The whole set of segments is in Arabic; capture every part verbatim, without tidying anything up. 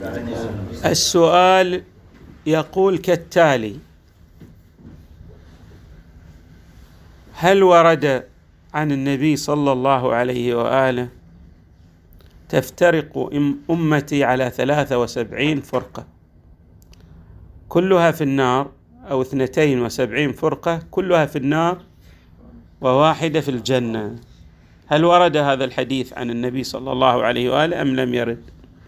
السؤال يقول كالتالي: هل ورد عن النبي صلى الله عليه وآله تفترق أمتي على ثلاثة وسبعين فرقة كلها في النار، أو اثنتين وسبعين فرقة كلها في النار وواحدة في الجنة؟ هل ورد هذا الحديث عن النبي صلى الله عليه وآله أم لم يرد؟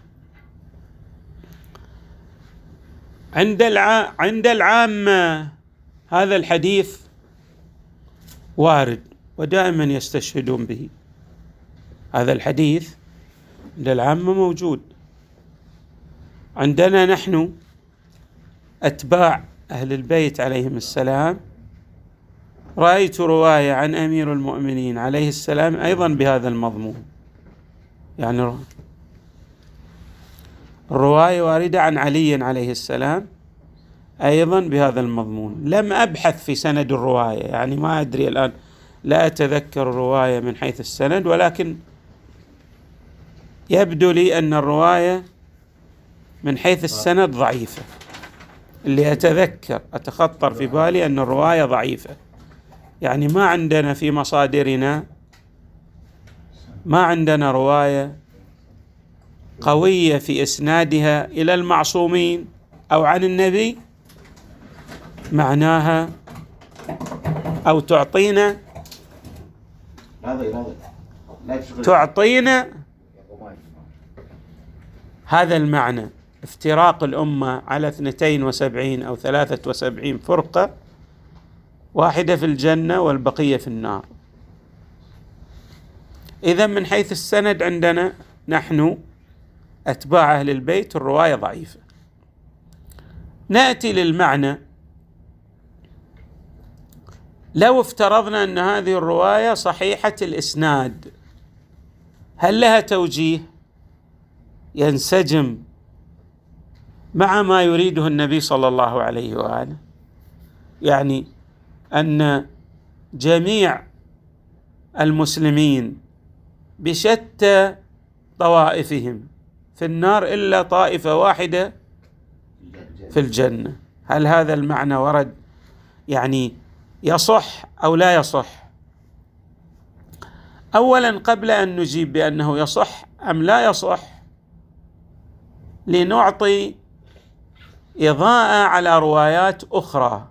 عند الع... عند العامة هذا الحديث وارد ودائما يستشهدون به. هذا الحديث عند العامة موجود. عندنا نحن أتباع أهل البيت عليهم السلام رأيت رواية عن أمير المؤمنين عليه السلام أيضا بهذا المضمون، يعني الرواية واردة عن علي عليه السلام أيضا بهذا المضمون. لم أبحث في سند الرواية، يعني ما أدري الآن، لا أتذكر الرواية من حيث السند، ولكن يبدو لي أن الرواية من حيث السند ضعيفة. اللي أتذكر أتخطر في بالي أن الرواية ضعيفة، يعني ما عندنا في مصادرنا ما عندنا رواية قوية في إسنادها إلى المعصومين أو عن النبي معناها أو تعطينا تعطينا هذا المعنى: افتراق الأمة على اثنتين وسبعين أو ثلاثة وسبعين فرقة، واحدة في الجنة والبقية في النار. إذن من حيث السند عندنا نحن أتباع أهل البيت الرواية ضعيفة. نأتي للمعنى. لو افترضنا أن هذه الرواية صحيحة الإسناد، هل لها توجيه ينسجم مع ما يريده النبي صلى الله عليه وآله؟ يعني أن جميع المسلمين بشتى طوائفهم في النار إلا طائفة واحدة في الجنة، هل هذا المعنى ورد يعني يصح أو لا يصح؟ أولا قبل أن نجيب بأنه يصح أم لا يصح، لنعطي إضاءة على روايات أخرى.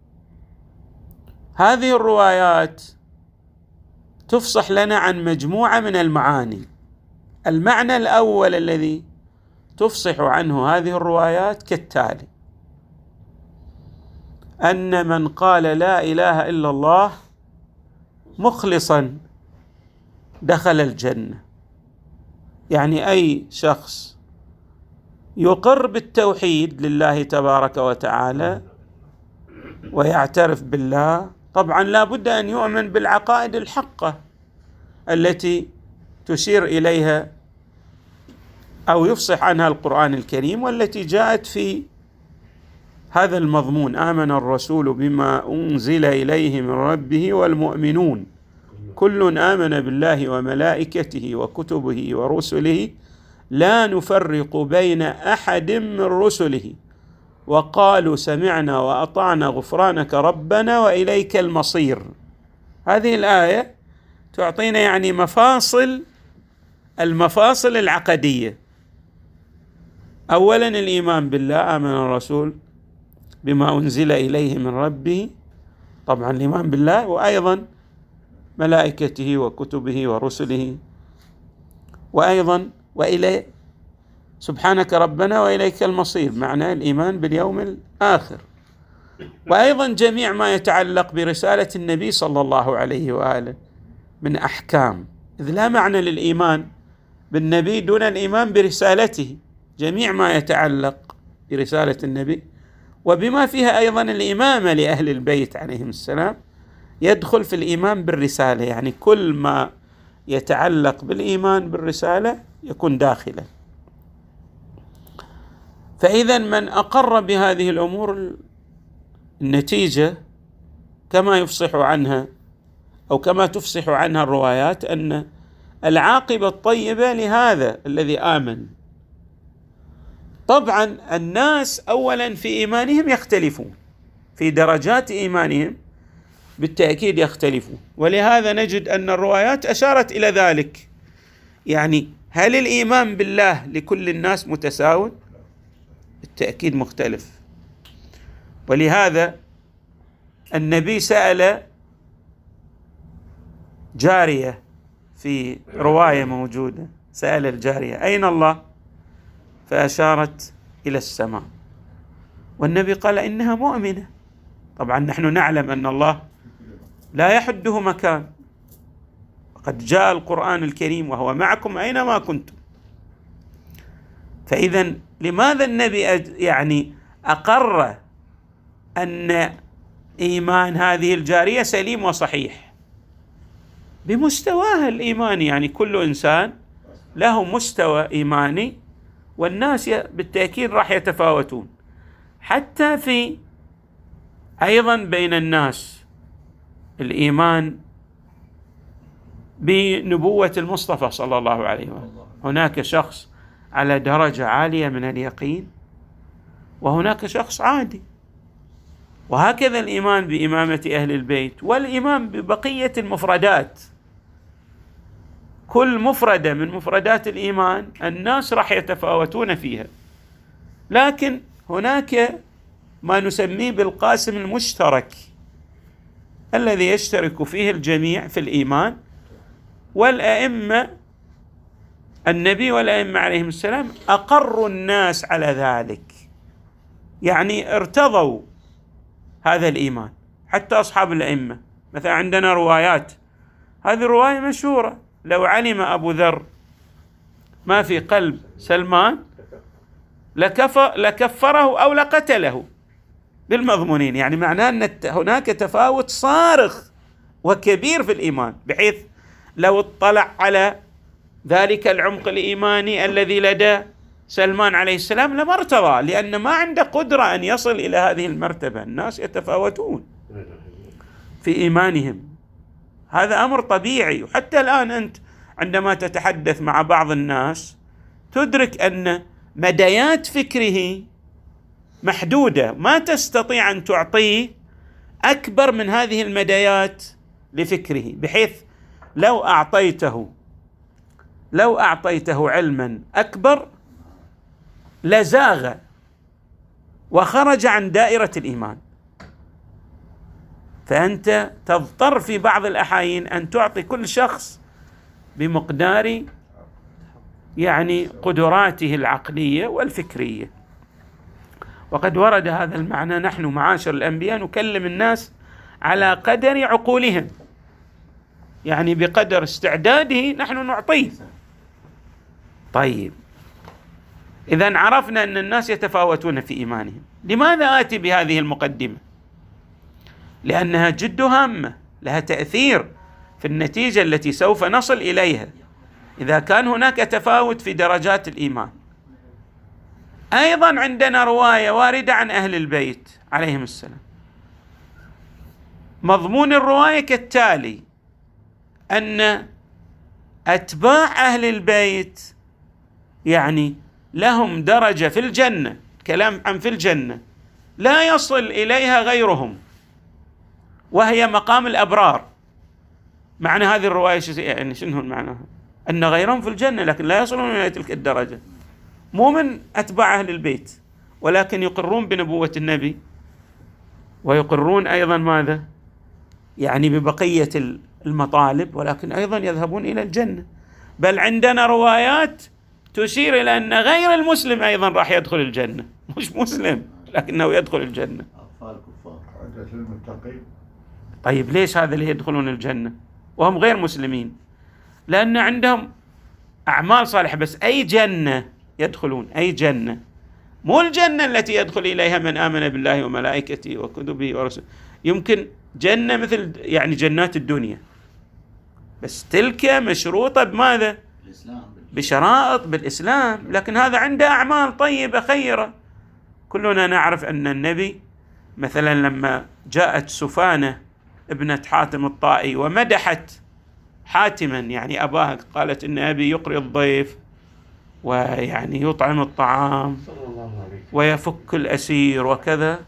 هذه الروايات تفصح لنا عن مجموعة من المعاني. المعنى الأول الذي تفصح عنه هذه الروايات كالتالي: أن من قال لا إله إلا الله مخلصا دخل الجنة. يعني أي شخص يقر بالتوحيد لله تبارك وتعالى ويعترف بالله، طبعا لا بد أن يؤمن بالعقائد الحقة التي تشير إليها أو يفصح عنها القرآن الكريم، والتي جاءت في هذا المضمون: آمن الرسول بما أنزل إليه من ربه والمؤمنون كل آمن بالله وملائكته وكتبه ورسله لا نفرق بين أحد من رسله وقالوا سمعنا وأطعنا غفرانك ربنا وإليك المصير. هذه الآية تعطينا يعني مفاصل المفاصل العقدية. أولا الإيمان بالله، آمن الرسول بما أنزل إليه من ربه، طبعا الإيمان بالله، وأيضا ملائكته وكتبه ورسله، وأيضا وإليه سبحانك ربنا وإليك المصير، معنى الإيمان باليوم الآخر، وأيضا جميع ما يتعلق برسالة النبي صلى الله عليه وآله من أحكام، إذ لا معنى للإيمان بالنبي دون الإيمان برسالته. جميع ما يتعلق برسالة النبي وبما فيها أيضا الإمامة لأهل البيت عليهم السلام يدخل في الإيمان بالرسالة، يعني كل ما يتعلق بالإيمان بالرسالة يكون داخلا. فإذا من أقر بهذه الأمور النتيجة كما يفصح عنها أو كما تفصح عنها الروايات أن العاقبة الطيبة لهذا الذي آمن. طبعا الناس أولا في إيمانهم يختلفون، في درجات إيمانهم بالتأكيد يختلفون، ولهذا نجد أن الروايات أشارت إلى ذلك. يعني هل الإيمان بالله لكل الناس متساو؟ بالتأكيد مختلف. ولهذا النبي سأل جارية، في رواية موجودة، سأل الجارية أين الله؟ فأشارت إلى السماء، والنبي قال إنها مؤمنة. طبعا نحن نعلم أن الله لا يحده مكان، وقد جاء القرآن الكريم وهو معكم أينما كنتم. فإذا لماذا النبي يعني أقر أن إيمان هذه الجارية سليم وصحيح بمستواها الإيماني؟ يعني كل إنسان له مستوى إيماني، والناس بالتأكيد راح يتفاوتون، حتى في أيضا بين الناس الإيمان بنبوة المصطفى صلى الله عليه وسلم. هناك شخص على درجة عالية من اليقين، وهناك شخص عادي. وهكذا الإيمان بإمامة أهل البيت، والإيمان ببقية المفردات. كل مفردة من مفردات الإيمان الناس راح يتفاوتون فيها، لكن هناك ما نسميه بالقاسم المشترك الذي يشترك فيه الجميع في الإيمان. والأئمة، النبي والأئمة عليهم السلام، أقروا الناس على ذلك، يعني ارتضوا هذا الإيمان. حتى أصحاب الأئمة، مثلا عندنا روايات، هذه رواية مشهورة: لو علم أبو ذر ما في قلب سلمان لكفر لكفره أو لقتله، بالمضمونين. يعني معناه أن هناك تفاوت صارخ وكبير في الإيمان، بحيث لو اطلع على ذلك العمق الإيماني الذي لدى سلمان عليه السلام لما ارتضى، لأن ما عنده قدرة أن يصل إلى هذه المرتبة. الناس يتفاوتون في إيمانهم، هذا أمر طبيعي. وحتى الآن أنت عندما تتحدث مع بعض الناس تدرك أن مديات فكره محدودة، ما تستطيع أن تعطيه أكبر من هذه المديات لفكره، بحيث لو أعطيته لو أعطيته علما أكبر لزاغ وخرج عن دائرة الإيمان. فأنت تضطر في بعض الأحايين أن تعطي كل شخص بمقدار يعني قدراته العقلية والفكرية. وقد ورد هذا المعنى: نحن معاشر الأنبياء نكلم الناس على قدر عقولهم، يعني بقدر استعداده نحن نعطيه. طيب، إذن عرفنا أن الناس يتفاوتون في إيمانهم. لماذا آتي بهذه المقدمة؟ لأنها جد هامة، لها تأثير في النتيجة التي سوف نصل إليها إذا كان هناك تفاوت في درجات الإيمان. أيضا عندنا رواية واردة عن أهل البيت عليهم السلام. مضمون الرواية كالتالي: أن أتباع أهل البيت يعني لهم درجة في الجنة، كلام عن في الجنة، لا يصل إليها غيرهم، وهي مقام الأبرار. معنى هذه الرواية يعني شنو معناها؟ أن غيرهم في الجنة لكن لا يصلون إلى تلك الدرجة، مو من أتباع أهل البيت، ولكن يقرون بنبوة النبي، ويقرون أيضا ماذا؟ يعني ببقية المطالب، ولكن أيضا يذهبون إلى الجنة. بل عندنا روايات تشير إلى أن غير المسلم أيضا راح يدخل الجنة، مش مسلم لكنه يدخل الجنة. طيب ليش هذا اللي يدخلون الجنة وهم غير مسلمين؟ لأن عندهم أعمال صالحة. بس أي جنة يدخلون؟ أي جنة؟ مو الجنة التي يدخل إليها من آمن بالله وملائكته وكتبه ورسله. يمكن جنة مثل يعني جنات الدنيا، بس تلك مشروطة بماذا؟ بشرائط بالإسلام، لكن هذا عنده أعمال طيبة خيرة. كلنا نعرف أن النبي مثلا لما جاءت سفانة ابنة حاتم الطائي ومدحت حاتما يعني أباها، قالت إن أبي يقري الضيف ويعني يطعم الطعام ويفك الأسير وكذا.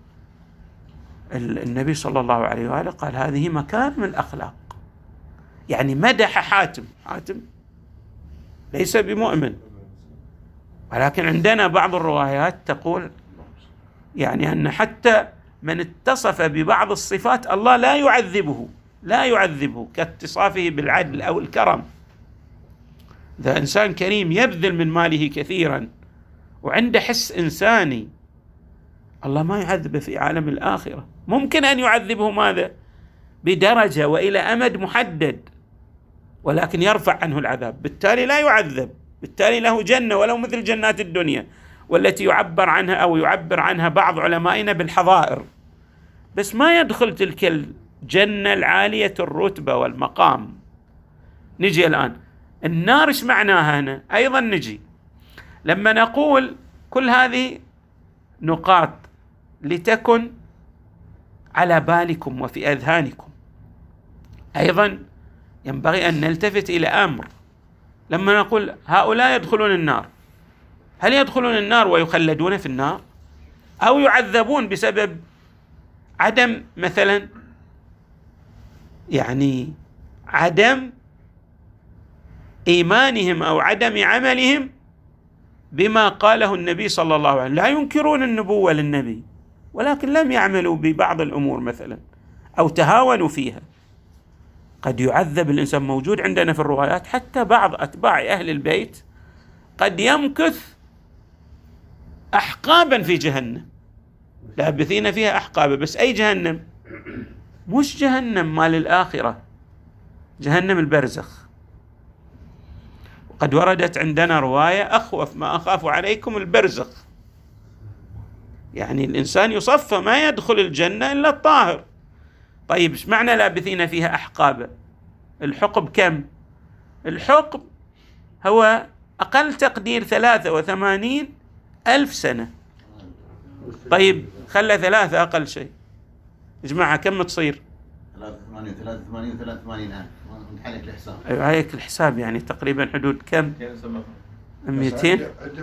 النبي صلى الله عليه وآله قال هذه مكارم الأخلاق، يعني مدح حاتم. حاتم ليس بمؤمن، ولكن عندنا بعض الروايات تقول يعني أن حتى من اتصف ببعض الصفات الله لا يعذبه لا يعذبه كاتصافه بالعدل أو الكرم. إذا إنسان كريم يبذل من ماله كثيرا وعنده حس إنساني، الله ما يعذبه في عالم الآخرة. ممكن أن يعذبه ماذا؟ بدرجة وإلى أمد محدد، ولكن يرفع عنه العذاب، بالتالي لا يعذب، بالتالي له جنة ولو مثل جنات الدنيا، والتي يعبر عنها أو يعبر عنها بعض علمائنا بالحظائر، بس ما يدخل تلك الجنة العالية الرتبة والمقام. نجي الآن النار، إيش معناها هنا؟ أيضا نجي لما نقول كل هذه نقاط لتكن على بالكم وفي أذهانكم. أيضا ينبغي أن نلتفت إلى أمر، لما نقول هؤلاء يدخلون النار، هل يدخلون النار ويخلدون في النار، أو يعذبون بسبب عدم مثلا يعني عدم إيمانهم أو عدم عملهم بما قاله النبي صلى الله عليه وسلم؟ لا ينكرون النبوة للنبي، ولكن لم يعملوا ببعض الأمور مثلا أو تهاونوا فيها. قد يعذب الإنسان، موجود عندنا في الروايات حتى بعض أتباع أهل البيت قد يمكث أحقابا في جهنم، لابثين فيها أحقابا. بس أي جهنم؟ مش جهنم مال الآخرة، جهنم البرزخ. وقد وردت عندنا رواية أخوف ما أخاف عليكم البرزخ، يعني الإنسان يصفى ما يدخل الجنة إلا الطاهر. طيب إيش معنى لابثين فيها أحقابا؟ الحقب كم؟ الحقب هو أقل تقدير ثلاثة وثمانين ألف سنة. طيب خلى ثلاثة أقل شيء، اجمعها كم تصير؟ ثلاثة وثمانين ثلاثة وثمانين ثلاثة وثمانين ألف. نحلك الحساب. أيوة هيك الحساب، يعني تقريبا حدود كم؟ مئتين.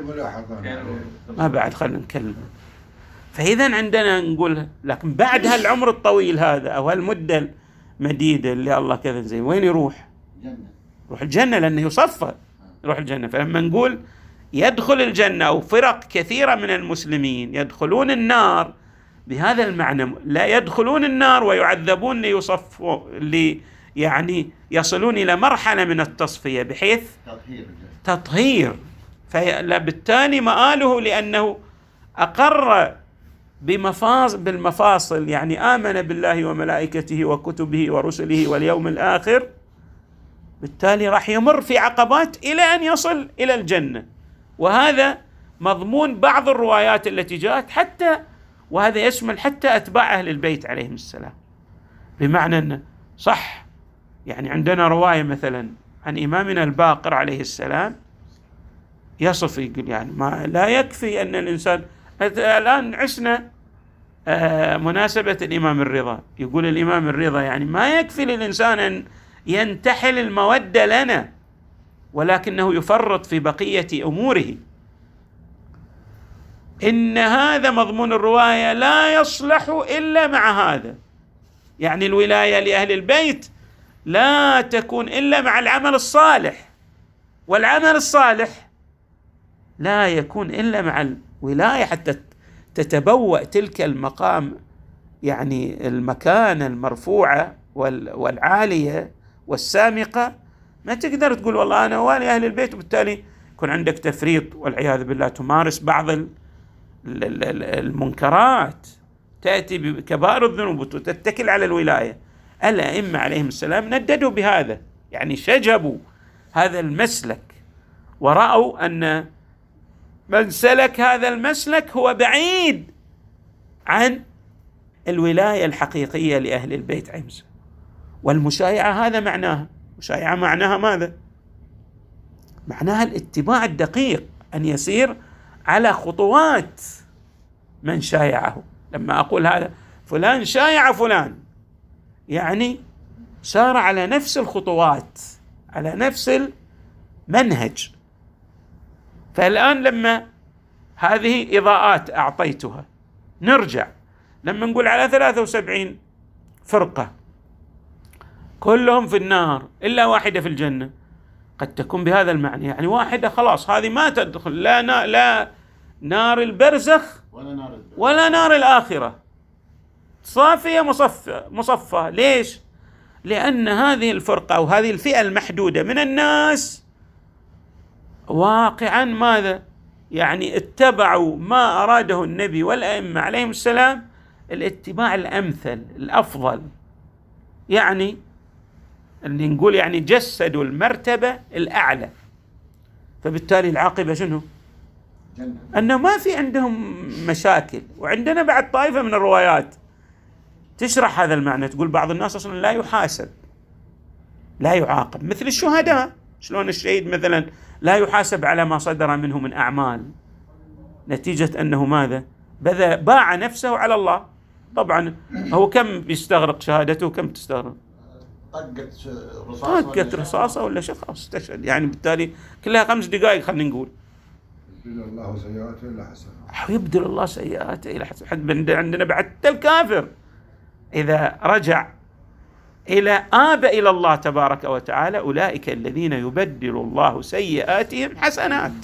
ما بعد خلنا نكلم. فإذا عندنا نقول لكن بعد هالعمر الطويل هذا أو هالمدة المديدة اللي الله كذا زي وين يروح؟ جنة. يروح الجنة، لأنه يصفى يروح الجنة. فلما نقول يدخل الجنة أو فرق كثيرة من المسلمين يدخلون النار بهذا المعنى، لا يدخلون النار ويعذبون ليصفوا لي يعني يصلون إلى مرحلة من التصفية بحيث تطهير تطهير. فبالتالي مآله لأنه أقر بمفاصل بالمفاصل، يعني آمن بالله وملائكته وكتبه ورسله واليوم الآخر، بالتالي راح يمر في عقبات إلى أن يصل إلى الجنة. وهذا مضمون بعض الروايات التي جاءت، حتى وهذا يشمل حتى أتباع أهل البيت عليهم السلام، بمعنى أن صح يعني عندنا رواية مثلا عن إمامنا الباقر عليه السلام يصف يقول يعني ما لا يكفي أن الإنسان الآن عشنا آه مناسبة الإمام الرضا، يقول الإمام الرضا يعني ما يكفي للإنسان أن ينتحل المودة لنا، ولكنه يفرط في بقية أموره. إن هذا مضمون الرواية لا يصلح إلا مع هذا، يعني الولاية لأهل البيت لا تكون إلا مع العمل الصالح، والعمل الصالح لا يكون إلا مع الولاية حتى تتبوأ تلك المقام، يعني المكانة المرفوعة والعالية والسامقة. ما تقدر تقول والله أنا والي أهل البيت وبالتالي يكون عندك تفريط والعياذ بالله، تمارس بعض المنكرات، تأتي بكبائر الذنوب وتتكل على الولاية. الأئمة عليهم السلام نددوا بهذا، يعني شجبوا هذا المسلك ورأوا أن من سلك هذا المسلك هو بعيد عن الولاية الحقيقية لأهل البيت عليهم السلام. والمشايعة هذا معناها، مشايعة معناها ماذا؟ معناها الاتباع الدقيق، أن يسير على خطوات من شايعه. لما أقول هذا فلان شايع فلان، يعني سار على نفس الخطوات، على نفس المنهج. فالآن لما هذه إضاءات أعطيتها. نرجع لما نقول على ثلاثة وسبعين فرقة كلهم في النار إلا واحدة في الجنة، قد تكون بهذا المعنى، يعني واحدة خلاص هذه ما تدخل لا نا لا نار البرزخ ولا نار ولا نار الآخرة، صافية مصفى مصفى. ليش؟ لأن هذه الفرقة أو هذه الفئة المحدودة من الناس واقعا ماذا؟ يعني اتبعوا ما أراده النبي والأئمة عليهم السلام الاتباع الأمثل الأفضل، يعني اللي نقول يعني جسدوا المرتبة الأعلى. فبالتالي العاقبة شنو؟ جنة. أنه ما في عندهم مشاكل. وعندنا بعد طائفة من الروايات تشرح هذا المعنى، تقول بعض الناس أصلا لا يحاسب لا يعاقب، مثل الشهداء. شلون الشهيد مثلا لا يحاسب على ما صدر منه من أعمال نتيجة أنه ماذا؟ بذل باع نفسه على الله. طبعا هو كم بيستغرق شهادته؟ كم تستغرق؟ طقت رصاصة طقت رصاصة ولا شيء خلاص استشهد. يعني بالتالي كلها خمس دقائق خلينا نقول. يبدل الله سيئاته إلى حسنات. يبدل الله سيئاته إلى حسنات. عندنا بعد حتى الكافر إذا رجع إلى آب إلى الله تبارك وتعالى أولئك الذين يبدل الله سيئاتهم حسنات.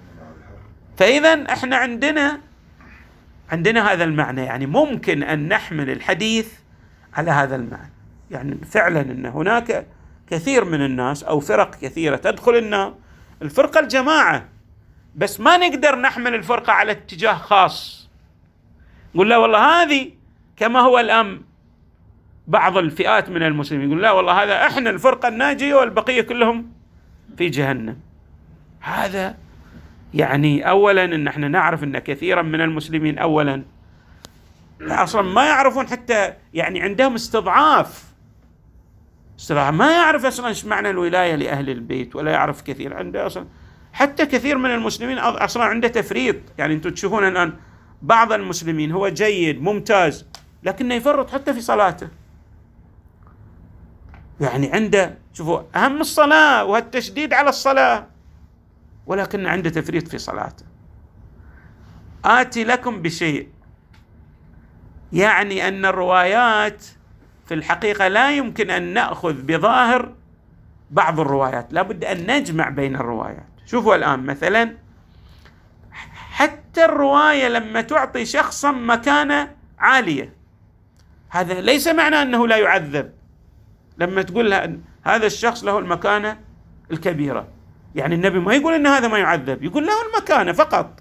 فإذا إحنا عندنا عندنا هذا المعنى، يعني ممكن أن نحمل الحديث على هذا المعنى، يعني فعلا أن هناك كثير من الناس أو فرق كثيرة تدخل النار، الفرقة الجماعة، بس ما نقدر نحمل الفرقة على اتجاه خاص نقول لا والله هذه كما هو الآن بعض الفئات من المسلمين يقول لا والله هذا احنا الفرقة الناجية والبقية كلهم في جهنم. هذا يعني اولا ان احنا نعرف ان كثيرا من المسلمين اولا اصلا ما يعرفون، حتى يعني عندهم استضعاف استضعاف ما يعرف اصلا ايش معنى الولاية لأهل البيت، ولا يعرف كثير عنده اصلا. حتى كثير من المسلمين اصلا عنده تفريط، يعني انتم تشوفون الان بعض المسلمين هو جيد ممتاز لكنه يفرط حتى في صلاته، يعني عنده شوفوا أهم الصلاة والتشديد على الصلاة ولكن عنده تفريط في صلاته. آتي لكم بشيء يعني أن الروايات في الحقيقة لا يمكن أن نأخذ بظاهر بعض الروايات، لا بد أن نجمع بين الروايات. شوفوا الآن مثلا حتى الرواية لما تعطي شخصا مكانة عالية هذا ليس معنى أنه لا يعذب. لما تقول هذا الشخص له المكانة الكبيرة، يعني النبي ما يقول أن هذا ما يعذب، يقول له المكانة فقط.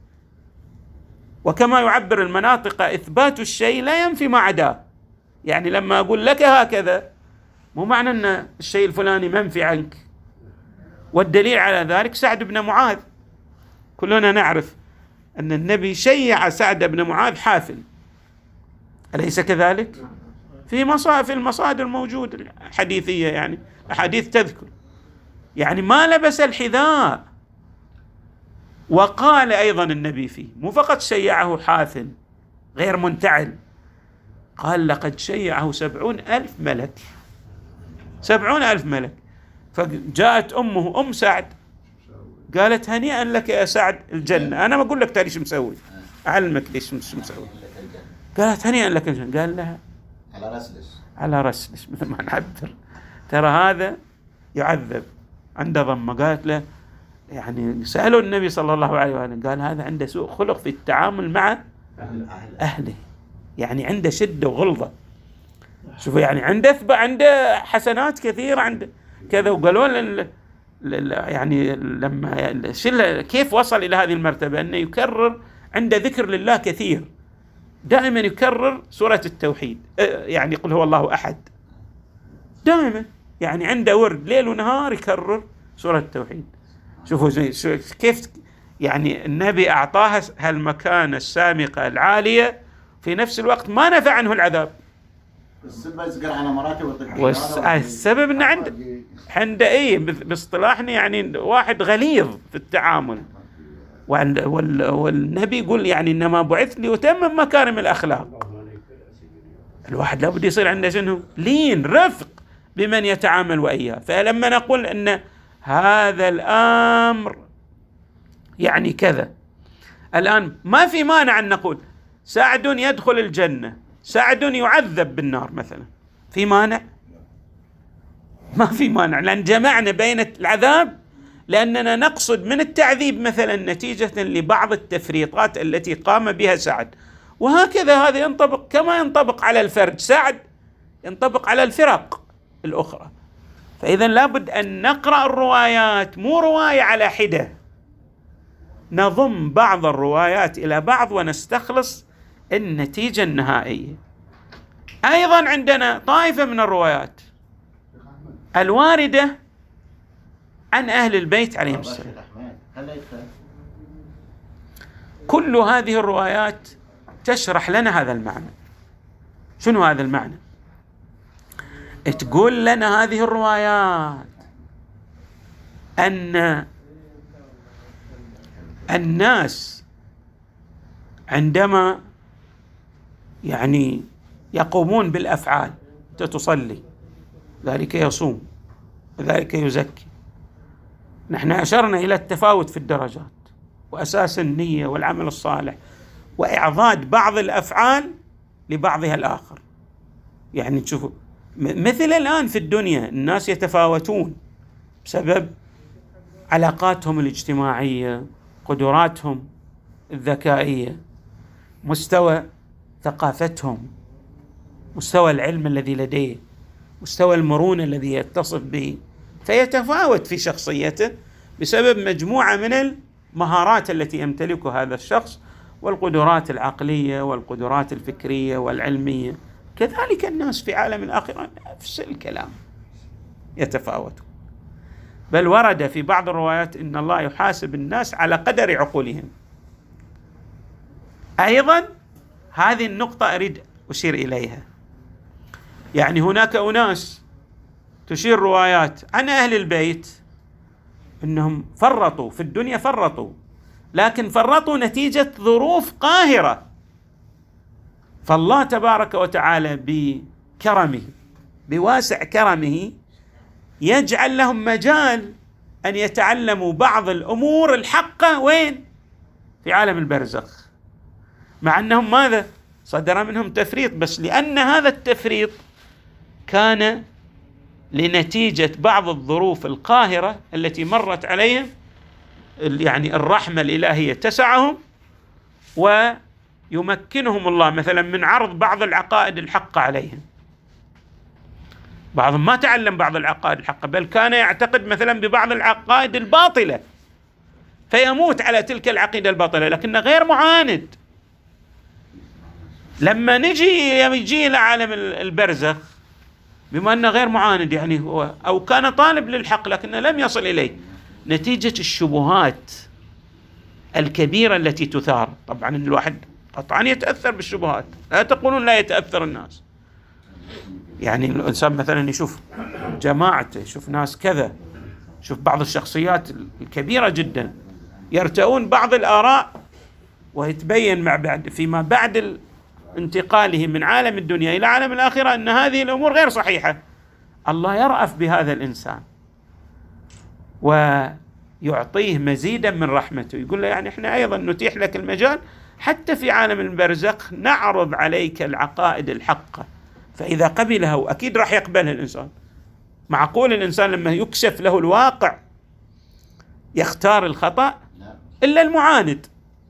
وكما يعبر المناطق إثبات الشيء لا ينفي ما عداه، يعني لما أقول لك هكذا مو معنى أن الشيء الفلاني منفي عنك. والدليل على ذلك سعد بن معاذ، كلنا نعرف أن النبي شيع سعد بن معاذ حافل، أليس كذلك؟ في مصادر في المصادر الموجودة الحديثية، يعني أحاديث تذكر، يعني ما لبس الحذاء. وقال أيضا النبي فيه مو فقط شيعه حافل غير منتعل، قال لقد شيعه سبعون ألف ملك، سبعون ألف ملك. فجاءت أمه أم سعد قالت هنيئا لك يا سعد الجنة. أنا ما أقول لك ترى ايش مسوي، أعلمك ليش مسوي. قالت هنيئا لك الجنة، قال لها على رسلش على رسلش مثل ما نعبر، ترى هذا يعذب عنده ضمة. قالت له يعني سألوا النبي صلى الله عليه وآله قال هذا عنده سوء خلق في التعامل مع أهله، يعني عنده شدة وغلظة. شوفوا يعني عنده عنده حسنات كثيرة عنده كذا. وقالوا ل... ل... يعني لما كيف وصل إلى هذه المرتبة أنه يكرر عنده ذكر لله كثير، دائما يكرر سورة التوحيد، يعني قل هو الله أحد دائما، يعني عنده ورد ليل ونهار يكرر سورة التوحيد. شوفوا زي كيف يعني النبي أعطاها هالمكانة السامقة العالية في نفس الوقت ما نفع عنه العذاب. والسبب أنه عنده عنده إيه باصطلاحنا يعني واحد غليظ في التعامل. وال وال والنبي يقول يعني إنما بعثت لأتمم مكارم الأخلاق. الواحد لابد يصير عنده شنو؟ لين رفق بمن يتعامل وإياه. فلما نقول أن هذا الأمر يعني كذا، الآن ما في مانع أن نقول سعد يدخل الجنة، سعد يعذب بالنار مثلا، في مانع؟ ما في مانع، لأن جمعنا بين العذاب، لأننا نقصد من التعذيب مثلا نتيجة لبعض التفريطات التي قام بها سعد، وهكذا هذا ينطبق كما ينطبق على الفرد سعد ينطبق على الفرق الأخرى. فإذا لابد أن نقرأ الروايات مو رواية على حدة، نضم بعض الروايات إلى بعض ونستخلص النتيجة النهائية. أيضا عندنا طائفة من الروايات الواردة عن أهل البيت عليهم السلام، كل هذه الروايات تشرح لنا هذا المعنى. شنو هذا المعنى؟ تقول لنا هذه الروايات أن الناس عندما يعني يقومون بالأفعال، تصلي، ذلك يصوم، وذلك يزكي. نحن أشرنا إلى التفاوت في الدرجات وأساس النية والعمل الصالح وإعضاد بعض الأفعال لبعضها الآخر. يعني تشوفوا مثل الآن في الدنيا الناس يتفاوتون بسبب علاقاتهم الاجتماعية، قدراتهم الذكائية، مستوى ثقافتهم، مستوى العلم الذي لديه، مستوى المرونة الذي يتصف به، فيتفاوت في شخصيته بسبب مجموعة من المهارات التي يمتلكها هذا الشخص والقدرات العقلية والقدرات الفكرية والعلمية. كذلك الناس في عالم الآخرة نفس الكلام، يتفاوتون. بل ورد في بعض الروايات إن الله يحاسب الناس على قدر عقولهم. أيضا هذه النقطة أريد أشير إليها. يعني هناك أناس تشير روايات عن أهل البيت أنهم فرطوا في الدنيا، فرطوا، لكن فرطوا نتيجة ظروف قاهرة، فالله تبارك وتعالى بكرمه بواسع كرمه يجعل لهم مجال أن يتعلموا بعض الأمور الحقة وين؟ في عالم البرزخ، مع أنهم ماذا؟ صدر منهم تفريط، بس لأن هذا التفريط كان لنتيجة بعض الظروف القاهرة التي مرت عليهم، يعني الرحمة الإلهية تسعهم ويمكنهم الله مثلا من عرض بعض العقائد الحقة عليهم. بعضهم ما تعلم بعض العقائد الحقة، بل كان يعتقد مثلا ببعض العقائد الباطلة فيموت على تلك العقيدة الباطلة، لكنه غير معاند. لما نجي يجي إلى عالم البرزخ بما أنه غير معاند، يعني هو أو كان طالب للحق لكنه لم يصل إليه نتيجة الشبهات الكبيرة التي تثار. طبعا الواحد قطعا يتأثر بالشبهات، لا تقولون لا يتأثر الناس. يعني الإنسان مثلا يشوف جماعته، يشوف ناس كذا، يشوف بعض الشخصيات الكبيرة جدا يرتؤون بعض الآراء، ويتبين مع بعد فيما بعد انتقاله من عالم الدنيا إلى عالم الآخرة أن هذه الأمور غير صحيحة. الله يرأف بهذا الإنسان ويعطيه مزيدا من رحمته، يقول له يعني إحنا أيضا نتيح لك المجال حتى في عالم البرزخ نعرض عليك العقائد الحقة، فإذا قبلها، وأكيد راح يقبلها الإنسان. معقول الإنسان لما يكشف له الواقع يختار الخطأ؟ إلا المعاند.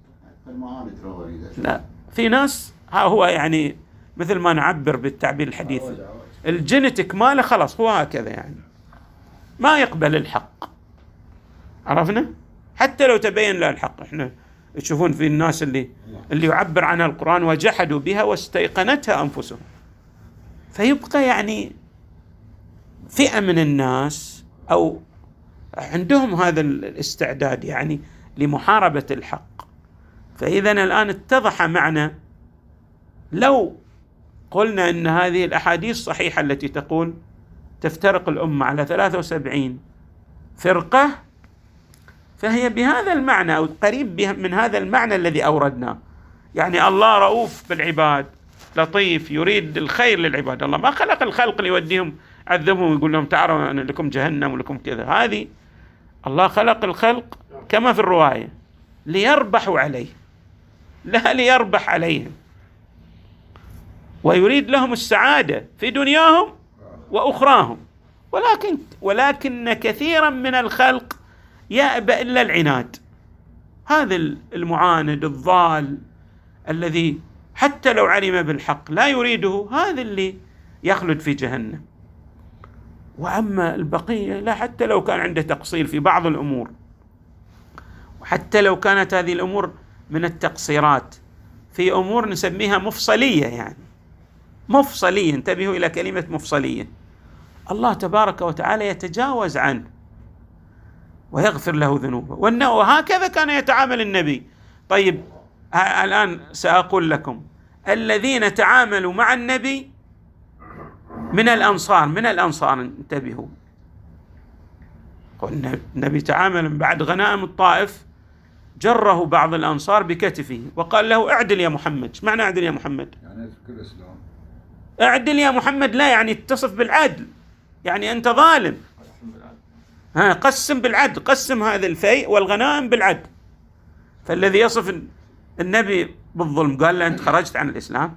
لا، في ناس ها هو يعني مثل ما نعبر بالتعبير الحديث الجينيتك ماله خلاص هو هكذا، يعني ما يقبل الحق. عرفنا؟ حتى لو تبين له الحق. احنا تشوفون في الناس اللي اللي يعبر عنها القرآن وجحدوا بها واستيقنتها أنفسهم. فيبقى يعني فئة من الناس أو عندهم هذا الاستعداد يعني لمحاربة الحق. فإذا الآن اتضح معنا لو قلنا أن هذه الأحاديث صحيحة التي تقول تفترق الأمة على ثلاثة وسبعين فرقة، فهي بهذا المعنى أو قريب من هذا المعنى الذي أوردناه. يعني الله رؤوف بالعباد، لطيف، يريد الخير للعباد. الله ما خلق الخلق ليوديهم عذبهم ويقول لهم تعالوا أنا لكم جهنم ولكم كذا. هذه الله خلق الخلق كما في الرواية ليربحوا عليه، لا ليربح عليهم، ويريد لهم السعادة في دنياهم وأخراهم. ولكن ولكن كثيرا من الخلق يأبى إلا العناد. هذا المعاند الضال الذي حتى لو علم بالحق لا يريده، هذا اللي يخلد في جهنم. وأما البقية لا، حتى لو كان عنده تقصير في بعض الأمور، وحتى لو كانت هذه الأمور من التقصيرات في أمور نسميها مفصلية، يعني مفصلية، انتبهوا إلى كلمة مفصلية، الله تبارك وتعالى يتجاوز عنه ويغفر له ذنوبه. وهكذا كان يتعامل النبي. طيب الآن سأقول لكم الذين تعاملوا مع النبي من الأنصار من الأنصار انتبهوا. قلنا النبي تعامل بعد غنائم الطائف، جره بعض الأنصار بكتفه وقال له اعدل يا محمد. ايش معنى اعدل يا محمد؟ يعني في الإسلام اعدل يا محمد، لا يعني اتصف بالعدل، يعني أنت ظالم، ها قسم بالعدل، قسم هذا الفيء والغنائم بالعدل. فالذي يصف النبي بالظلم قال له أنت خرجت عن الإسلام.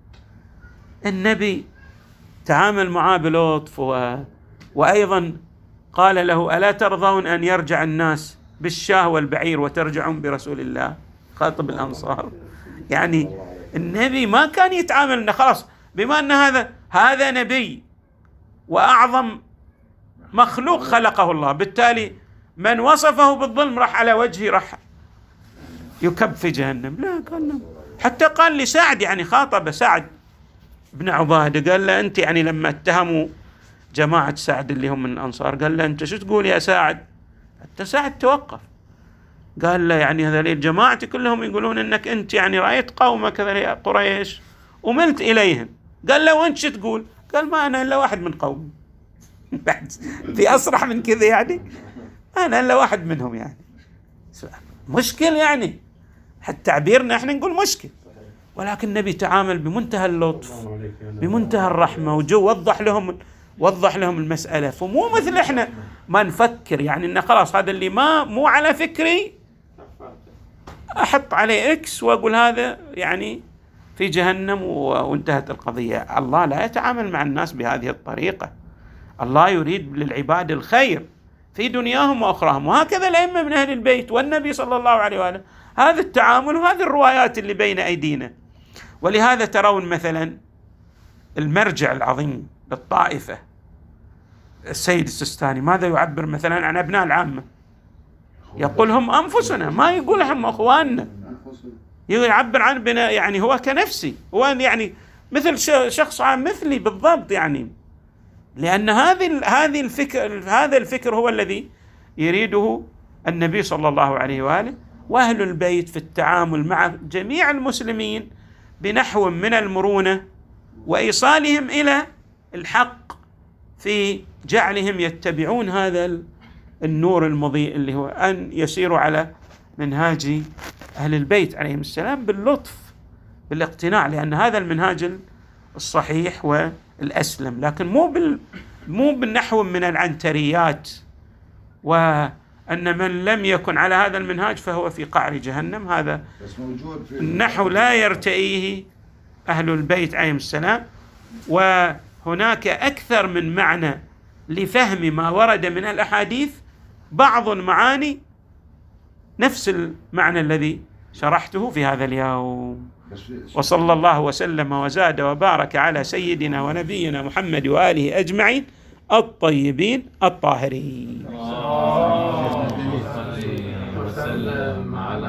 النبي تعامل معاه بلطف، و... وأيضا قال له ألا ترضون أن يرجع الناس بالشاه والبعير وترجعون برسول الله؟ خاطب الأنصار. يعني النبي ما كان يتعامل أنه خلاص بما أن هذا هذا نبي وأعظم مخلوق خلقه الله، بالتالي من وصفه بالظلم راح على وجهه راح يكب في جهنم. لا، قال حتى قال لسعد، يعني خاطب سعد بن عبادة، قال له أنت يعني لما اتهموا جماعة سعد اللي هم من الأنصار، قال له أنت شو تقول يا سعد؟ حتى سعد توقف، قال له يعني هذول الجماعة كلهم يقولون أنك أنت يعني رأيت قومك هذول قريش وملت إليهم. قال له وأنت شو تقول؟ قال ما أنا إلا واحد من قومي. في أصرح من كذا يعني؟ أنا إلا واحد منهم. يعني مشكل، يعني حتى تعبيرنا احنا نقول مشكل، ولكن النبي تعامل بمنتهى اللطف بمنتهى الرحمة، وجو وضح لهم وضح لهم المسألة. فمو مثل احنا ما نفكر يعني إنه خلاص هذا اللي ما مو على فكري أحط عليه إكس وأقول هذا يعني في جهنم وانتهت القضية. الله لا يتعامل مع الناس بهذه الطريقة. الله يريد للعباد الخير في دنياهم وأخراهم. وهكذا الأئمة من أهل البيت والنبي صلى الله عليه وآله، هذا التعامل وهذه الروايات اللي بين أيدينا. ولهذا ترون مثلا المرجع العظيم للطائفة السيد السيستاني ماذا يعبر مثلا عن أبناء العامة؟ يقول هم أنفسنا، ما يقول هم أخواننا، يعبر عن بنا، يعني هو كنفسي، هو يعني مثل شخص عام مثلي بالضبط. يعني لأن هذه هذه الفكر هذا الفكر هو الذي يريده النبي صلى الله عليه وآله وأهل البيت في التعامل مع جميع المسلمين بنحو من المرونة وإيصالهم إلى الحق، في جعلهم يتبعون هذا النور المضيء اللي هو أن يسيروا على منهاج أهل البيت عليهم السلام باللطف بالاقتناع، لأن هذا المنهاج الصحيح والأسلم، لكن مو بال مو بالنحو من العنتريات، وأن من لم يكن على هذا المنهاج فهو في قعر جهنم. هذا النحو لا يرتئيه أهل البيت عليهم السلام. وهناك أكثر من معنى لفهم ما ورد من الأحاديث، بعض المعاني نفس المعنى الذي شرحته في هذا اليوم. وصلى الله وسلم وزاد وبارك على سيدنا ونبينا محمد وآله أجمعين الطيبين الطاهرين.